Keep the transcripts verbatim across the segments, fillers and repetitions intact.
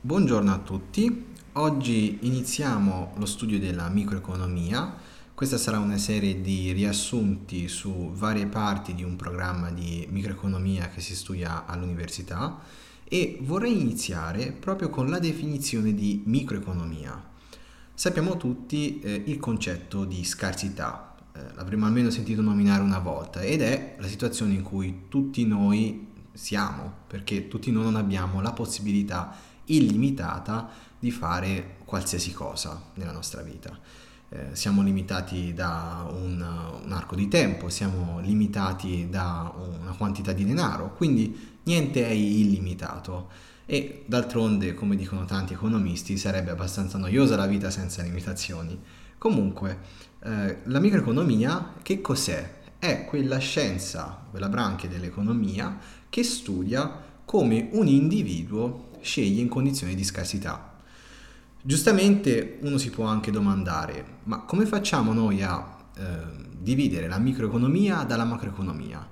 Buongiorno a tutti, oggi iniziamo lo studio della microeconomia. Questa sarà una serie di riassunti su varie parti di un programma di microeconomia che si studia all'università e vorrei iniziare proprio con la definizione di microeconomia. Sappiamo tutti eh, il concetto di scarsità, eh, l'avremo almeno sentito nominare una volta ed è la situazione in cui tutti noi siamo, perché tutti noi non abbiamo la possibilità illimitata di fare qualsiasi cosa nella nostra vita. Eh, siamo limitati da un, un arco di tempo, siamo limitati da una quantità di denaro, quindi niente è illimitato e d'altronde, come dicono tanti economisti, sarebbe abbastanza noiosa la vita senza limitazioni. Comunque, eh, la microeconomia che cos'è? È quella scienza, quella branchia dell'economia che studia come un individuo sceglie in condizioni di scarsità. Giustamente uno si può anche domandare, ma come facciamo noi a eh, dividere la microeconomia dalla macroeconomia?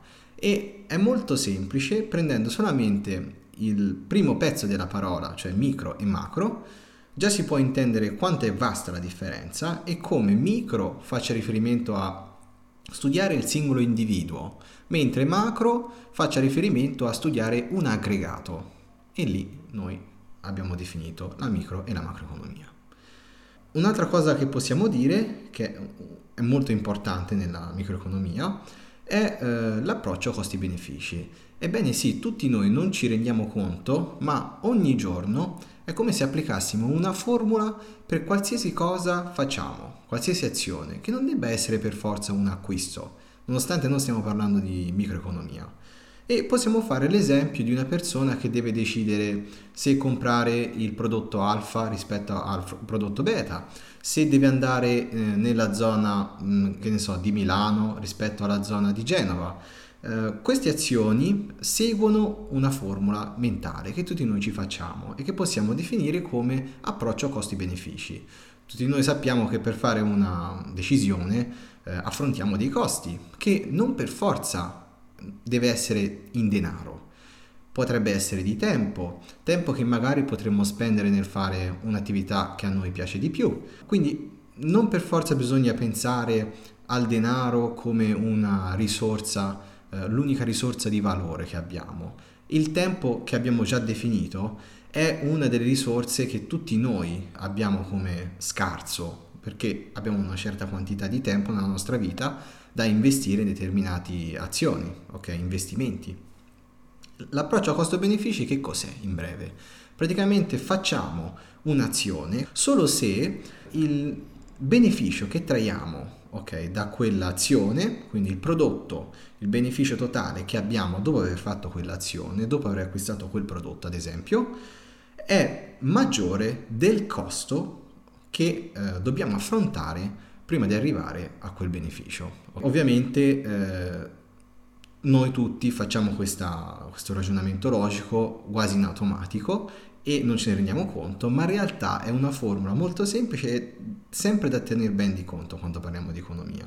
E è molto semplice, prendendo solamente il primo pezzo della parola, cioè micro e macro, già si può intendere quanto è vasta la differenza e come micro faccia riferimento a studiare il singolo individuo, mentre macro faccia riferimento a studiare un aggregato. E lì noi abbiamo definito la micro e la macroeconomia. Un'altra cosa che possiamo dire, che è molto importante nella microeconomia, è eh, l'approccio costi-benefici. Ebbene sì, tutti noi non ci rendiamo conto, ma ogni giorno è come se applicassimo una formula per qualsiasi cosa facciamo, qualsiasi azione, che non debba essere per forza un acquisto, nonostante noi stiamo parlando di microeconomia. E possiamo fare l'esempio di una persona che deve decidere se comprare il prodotto alfa rispetto al prodotto beta, se deve andare eh, nella zona, mh, che ne so, di Milano rispetto alla zona di Genova. Eh, queste azioni seguono una formula mentale che tutti noi ci facciamo e che possiamo definire come approccio costi-benefici. Tutti noi sappiamo che per fare una decisione eh, affrontiamo dei costi che non per forza deve essere in denaro, potrebbe essere di tempo, tempo che magari potremmo spendere nel fare un'attività che a noi piace di più. Quindi non per forza bisogna pensare al denaro come una risorsa, eh, l'unica risorsa di valore che abbiamo. Il tempo che abbiamo già definito è una delle risorse che tutti noi abbiamo come scarso, perché abbiamo una certa quantità di tempo nella nostra vita da investire in determinate azioni, ok, investimenti. L'approccio a costo-benefici che cos'è in breve? Praticamente facciamo un'azione solo se il beneficio che traiamo, ok, da quell'azione, quindi il prodotto, il beneficio totale che abbiamo dopo aver fatto quell'azione, dopo aver acquistato quel prodotto ad esempio, è maggiore del costo che eh, dobbiamo affrontare prima di arrivare a quel beneficio. Ovviamente eh, noi tutti facciamo questa, questo ragionamento logico quasi in automatico e non ce ne rendiamo conto, ma in realtà è una formula molto semplice e sempre da tenere ben di conto quando parliamo di economia.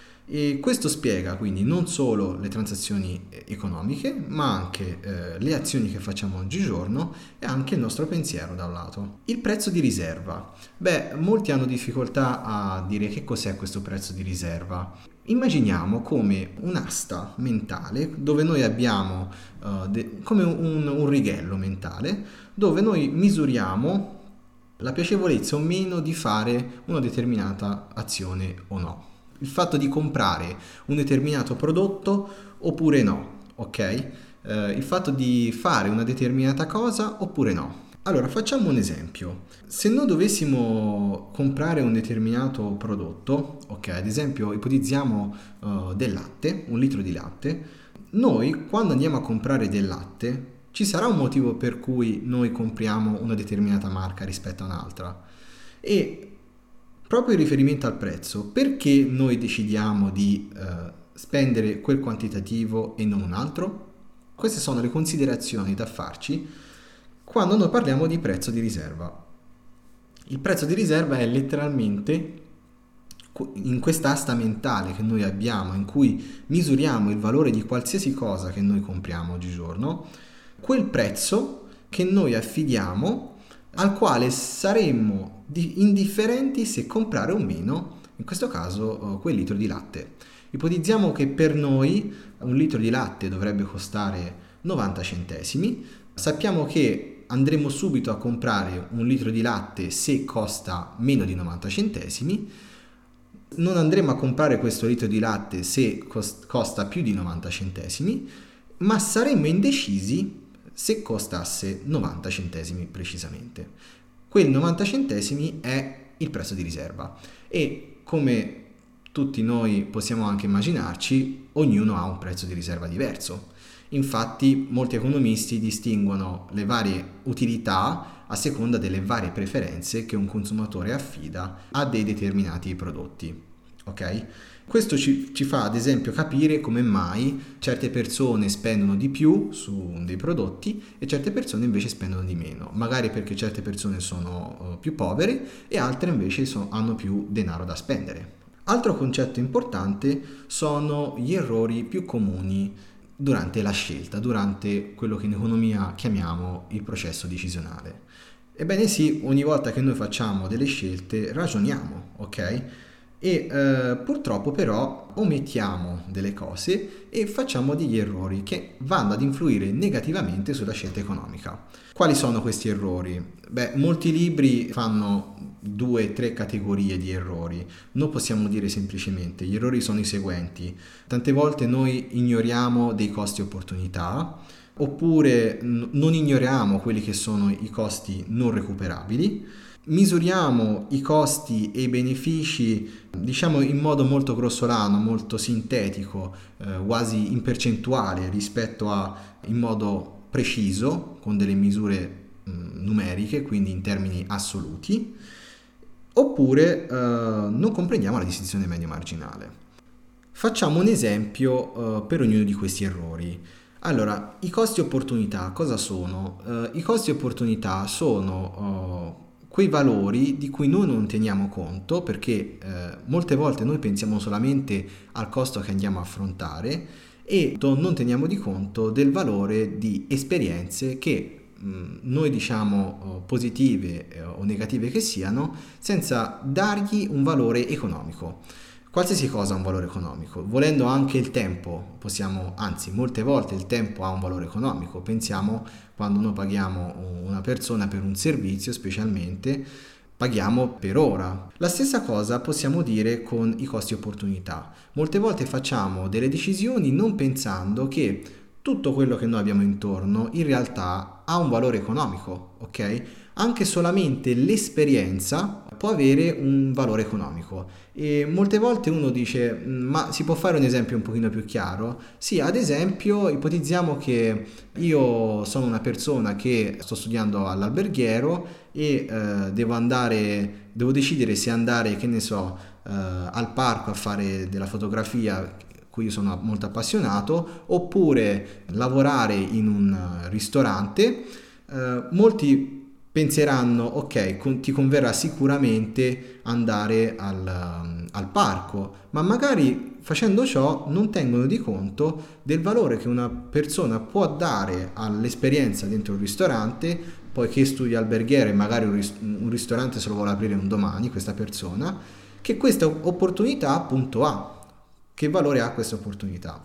E questo spiega quindi non solo le transazioni economiche, ma anche eh, le azioni che facciamo oggigiorno e anche il nostro pensiero da un lato. Il prezzo di riserva. Beh, molti hanno difficoltà a dire che cos'è questo prezzo di riserva. Immaginiamo come un'asta mentale dove noi abbiamo uh, de- come un, un righello mentale dove noi misuriamo la piacevolezza o meno di fare una determinata azione o no. Il fatto di comprare un determinato prodotto oppure no, ok? Eh, il fatto di fare una determinata cosa oppure no. Allora, facciamo un esempio. Se noi dovessimo comprare un determinato prodotto, ok, ad esempio ipotizziamo uh, del latte, un litro di latte, noi quando andiamo a comprare del latte ci sarà un motivo per cui noi compriamo una determinata marca rispetto a un'altra. E proprio in riferimento al prezzo, perché noi decidiamo di eh, spendere quel quantitativo e non un altro? Queste sono le considerazioni da farci quando noi parliamo di prezzo di riserva. Il prezzo di riserva è letteralmente in quest'asta mentale che noi abbiamo, in cui misuriamo il valore di qualsiasi cosa che noi compriamo oggigiorno, quel prezzo che noi affidiamo al quale saremmo di- indifferenti se comprare o meno, in questo caso, eh, quel litro di latte. Ipotizziamo che per noi un litro di latte dovrebbe costare novanta centesimi, sappiamo che andremo subito a comprare un litro di latte se costa meno di novanta centesimi, non andremo a comprare questo litro di latte se cost- costa più di novanta centesimi, ma saremmo indecisi se costasse novanta centesimi precisamente. Quel novanta centesimi è il prezzo di riserva e, come tutti noi possiamo anche immaginarci, ognuno ha un prezzo di riserva diverso. Infatti molti economisti distinguono le varie utilità a seconda delle varie preferenze che un consumatore affida a dei determinati prodotti. Ok? Questo ci, ci fa ad esempio capire come mai certe persone spendono di più su dei prodotti e certe persone invece spendono di meno, magari perché certe persone sono uh, più povere e altre invece so, hanno più denaro da spendere. Altro concetto importante sono gli errori più comuni durante la scelta, durante quello che in economia chiamiamo il processo decisionale. Ebbene sì, ogni volta che noi facciamo delle scelte ragioniamo, ok? E eh, purtroppo però omettiamo delle cose e facciamo degli errori che vanno ad influire negativamente sulla scelta economica. Quali sono questi errori? Beh, molti libri fanno due o tre categorie di errori. Noi possiamo dire semplicemente gli errori sono i seguenti. Tante volte noi ignoriamo dei costi opportunità, oppure n- non ignoriamo quelli che sono i costi non recuperabili. Misuriamo i costi e i benefici, diciamo in modo molto grossolano, molto sintetico, eh, quasi in percentuale rispetto a in modo preciso, con delle misure mh, numeriche, quindi in termini assoluti, oppure eh, non comprendiamo la distinzione medio marginale. Facciamo un esempio eh, per ognuno di questi errori. Allora, i costi opportunità cosa sono? Eh, I costi opportunità sono eh, quei valori di cui noi non teniamo conto perché eh, molte volte noi pensiamo solamente al costo che andiamo a affrontare e non teniamo di conto del valore di esperienze che mh, noi diciamo positive eh, o negative che siano, senza dargli un valore economico. Qualsiasi cosa ha un valore economico, volendo anche il tempo, possiamo, anzi molte volte il tempo ha un valore economico, pensiamo quando noi paghiamo una persona per un servizio specialmente, paghiamo per ora. La stessa cosa possiamo dire con i costi opportunità, molte volte facciamo delle decisioni non pensando che tutto quello che noi abbiamo intorno in realtà ha un valore economico, ok? Anche solamente l'esperienza può avere un valore economico e molte volte uno dice ma si può fare un esempio un pochino più chiaro? Sì, ad esempio ipotizziamo che io sono una persona che sto studiando all'alberghiero e eh, devo andare, devo decidere se andare, che ne so, eh, al parco a fare della fotografia, cui io sono molto appassionato, oppure lavorare in un ristorante. Eh, molti penseranno ok, con, ti converrà sicuramente andare al, al parco, ma magari facendo ciò non tengono di conto del valore che una persona può dare all'esperienza dentro un ristorante, poiché studia alberghiere e magari un, ris- un ristorante se lo vuole aprire un domani questa persona, che questa opportunità appunto ha. Che valore ha questa opportunità?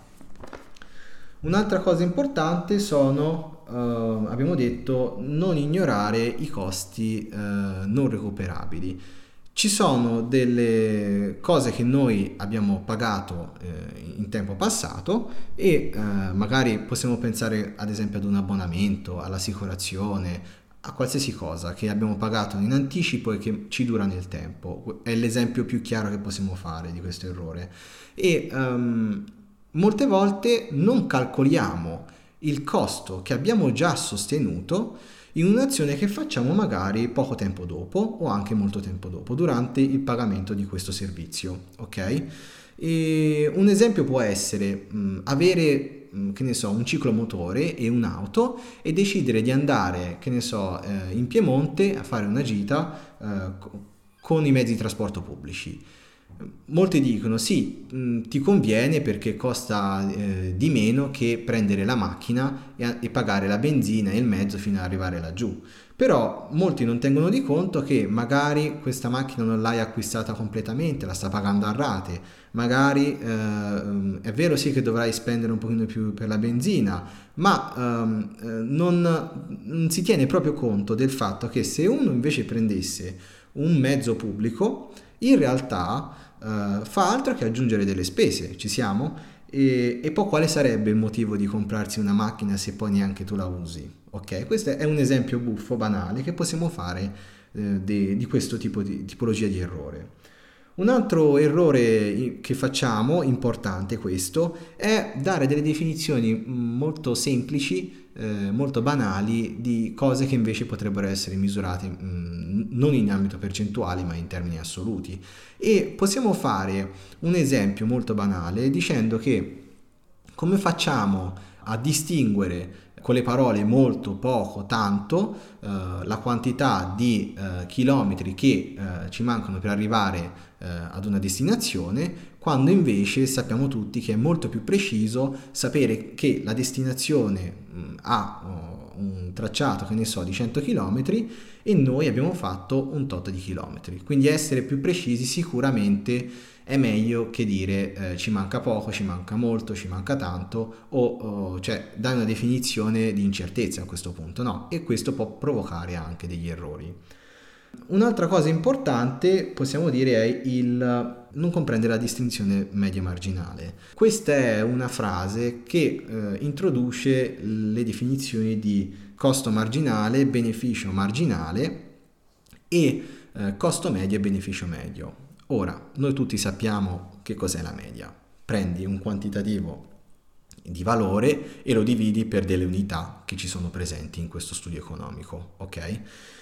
Un'altra cosa importante sono, eh, abbiamo detto, non ignorare i costi eh, non recuperabili. Ci sono delle cose che noi abbiamo pagato eh, in tempo passato e eh, magari possiamo pensare ad esempio ad un abbonamento, all'assicurazione, a qualsiasi cosa che abbiamo pagato in anticipo e che ci dura nel tempo. È l'esempio più chiaro che possiamo fare di questo errore. E um, molte volte non calcoliamo il costo che abbiamo già sostenuto in un'azione che facciamo magari poco tempo dopo o anche molto tempo dopo, durante il pagamento di questo servizio, ok? E un esempio può essere mh, avere, mh, che ne so, un ciclomotore e un'auto e decidere di andare, che ne so, eh, in Piemonte a fare una gita eh, con i mezzi di trasporto pubblici. Molti dicono sì, mh, ti conviene perché costa eh, di meno che prendere la macchina e, e pagare la benzina e il mezzo fino ad arrivare laggiù. Però molti non tengono di conto che magari questa macchina non l'hai acquistata completamente, la sta pagando a rate, magari eh, è vero sì che dovrai spendere un pochino più per la benzina, ma ehm, eh, non, non si tiene proprio conto del fatto che se uno invece prendesse un mezzo pubblico, in realtà eh, fa altro che aggiungere delle spese, ci siamo? E, e poi quale sarebbe il motivo di comprarsi una macchina se poi neanche tu la usi? Ok, questo è un esempio buffo, banale, che possiamo fare eh, de- di questo tipo di tipologia di errore. Un altro errore che facciamo, importante questo, è dare delle definizioni molto semplici, eh, molto banali di cose che invece potrebbero essere misurate mh, non in ambito percentuale ma in termini assoluti. E possiamo fare un esempio molto banale dicendo che come facciamo a distinguere con le parole molto, poco, tanto, eh, la quantità di eh, chilometri che eh, ci mancano per arrivare eh, ad una destinazione, quando invece sappiamo tutti che è molto più preciso sapere che la destinazione mh, ha oh, un tracciato, che ne so, di cento chilometri e noi abbiamo fatto un tot di chilometri. Quindi essere più precisi sicuramente è meglio che dire eh, ci manca poco, ci manca molto, ci manca tanto o, o cioè dai una definizione di incertezza a questo punto, no? E questo può provocare anche degli errori. Un'altra cosa importante possiamo dire è il non comprendere la distinzione media-marginale. Questa è una frase che eh, introduce le definizioni di costo marginale, beneficio marginale e eh, costo medio e beneficio medio. Ora, noi tutti sappiamo che cos'è la media. Prendi un quantitativo di valore e lo dividi per delle unità che ci sono presenti in questo studio economico, ok?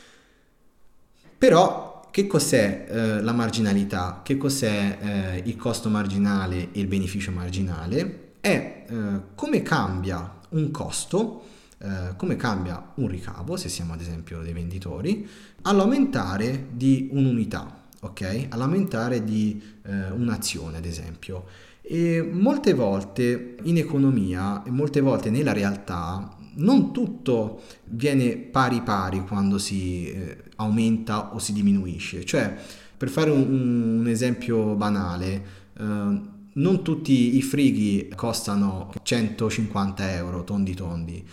Però che cos'è eh, la marginalità? Che cos'è eh, il costo marginale e il beneficio marginale? È eh, come cambia un costo, eh, come cambia un ricavo, se siamo ad esempio dei venditori, all'aumentare di un'unità. Ok? All'aumentare di eh, un'azione, ad esempio. E molte volte in economia e molte volte nella realtà non tutto viene pari pari quando si eh, aumenta o si diminuisce. Cioè, per fare un, un esempio banale, eh, non tutti i frighi costano centocinquanta euro tondi tondi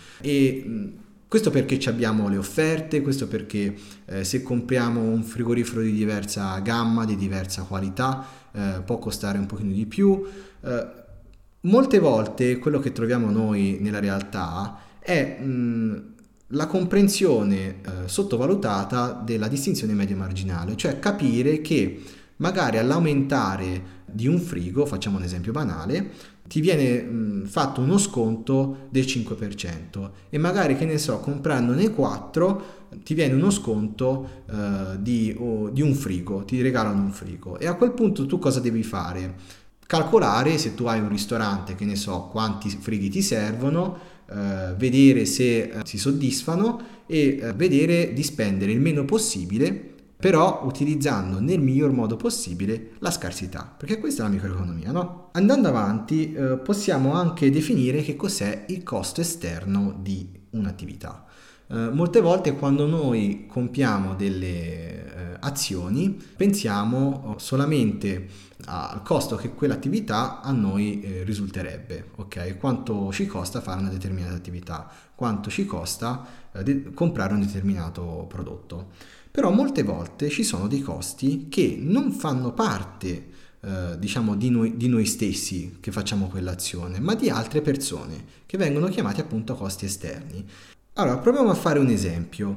e questo perché abbiamo le offerte, questo perché eh, se compriamo un frigorifero di diversa gamma, di diversa qualità, eh, può costare un pochino di più. Eh, molte volte quello che troviamo noi nella realtà è mh, la comprensione eh, sottovalutata della distinzione medio-marginale, cioè capire che magari all'aumentare di un frigo, facciamo un esempio banale, ti viene mh, fatto uno sconto del cinque per cento e magari, che ne so, comprandone quattro ti viene uno sconto uh, di, oh, di un frigo, ti regalano un frigo e a quel punto tu cosa devi fare? Calcolare se tu hai un ristorante, che ne so, quanti frighi ti servono, uh, vedere se uh, si soddisfano e uh, vedere di spendere il meno possibile, però utilizzando nel miglior modo possibile la scarsità, perché questa è la microeconomia, no? Andando avanti, eh, possiamo anche definire che cos'è il costo esterno di un'attività. Eh, molte volte quando noi compiamo delle eh, azioni pensiamo solamente al costo che quell'attività a noi eh, risulterebbe, ok? Quanto ci costa fare una determinata attività, quanto ci costa eh, de- comprare un determinato prodotto. Però molte volte ci sono dei costi che non fanno parte, eh, diciamo, di noi, di noi stessi che facciamo quell'azione, ma di altre persone, che vengono chiamati appunto costi esterni. Allora, proviamo a fare un esempio.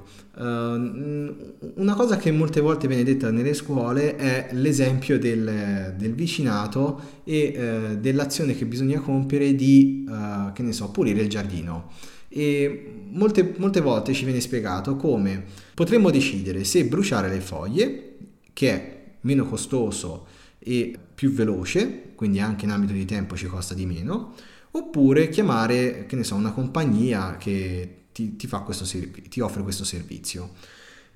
Uh, una cosa che molte volte viene detta nelle scuole è l'esempio del, del vicinato e uh, dell'azione che bisogna compiere di, uh, che ne so, pulire il giardino. E molte, molte volte ci viene spiegato come potremmo decidere se bruciare le foglie, che è meno costoso e più veloce, quindi anche in ambito di tempo ci costa di meno, oppure chiamare, che ne so, una compagnia che ti, ti, fa questo, ti offre questo servizio.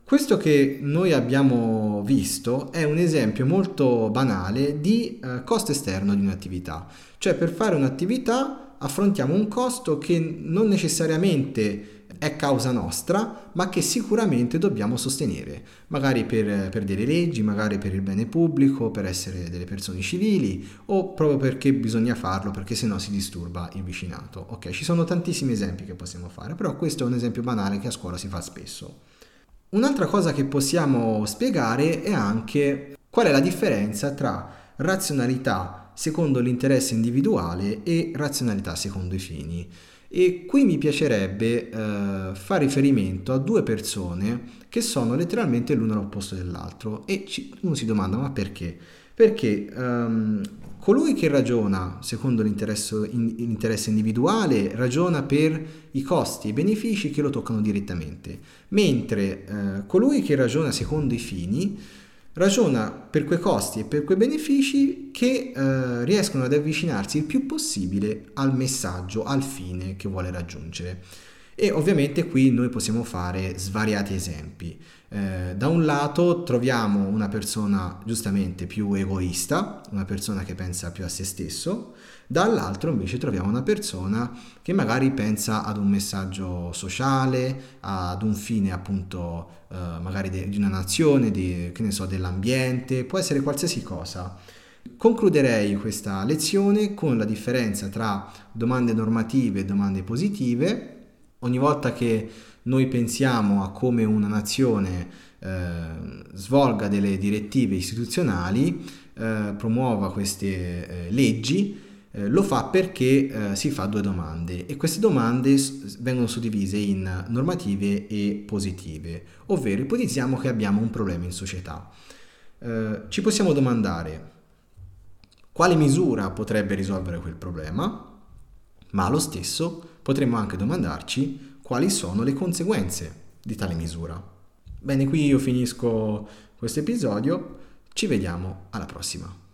Questo che noi abbiamo visto è un esempio molto banale di eh, costo esterno di un'attività. Cioè per fare un'attività affrontiamo un costo che non necessariamente è causa nostra, ma che sicuramente dobbiamo sostenere, magari per, per delle leggi, magari per il bene pubblico, per essere delle persone civili o proprio perché bisogna farlo, perché sennò si disturba il vicinato. Ok, ci sono tantissimi esempi che possiamo fare, però questo è un esempio banale che a scuola si fa spesso. Un'altra cosa che possiamo spiegare è anche qual è la differenza tra razionalità secondo l'interesse individuale e razionalità secondo i fini. E qui mi piacerebbe eh, fare riferimento a due persone che sono letteralmente l'uno all'opposto dell'altro e ci, uno si domanda ma perché? Perché ehm, colui che ragiona secondo l'interesse, in, l'interesse individuale ragiona per i costi e i benefici che lo toccano direttamente, mentre eh, colui che ragiona secondo i fini ragiona per quei costi e per quei benefici che eh, riescono ad avvicinarsi il più possibile al messaggio, al fine che vuole raggiungere. E ovviamente qui noi possiamo fare svariati esempi. Eh, da un lato troviamo una persona giustamente più egoista, una persona che pensa più a se stesso, dall'altro invece troviamo una persona che magari pensa ad un messaggio sociale, ad un fine appunto eh, magari de- di una nazione, di, che ne so, dell'ambiente, può essere qualsiasi cosa. Concluderei questa lezione con la differenza tra domande normative e domande positive. Ogni volta che noi pensiamo a come una nazione eh, svolga delle direttive istituzionali, eh, promuova queste eh, leggi, eh, lo fa perché eh, si fa due domande e queste domande s- vengono suddivise in normative e positive, ovvero ipotizziamo che abbiamo un problema in società. Eh, ci possiamo domandare quale misura potrebbe risolvere quel problema, ma allo stesso potremmo anche domandarci quali sono le conseguenze di tale misura. Bene, qui io finisco questo episodio, ci vediamo alla prossima.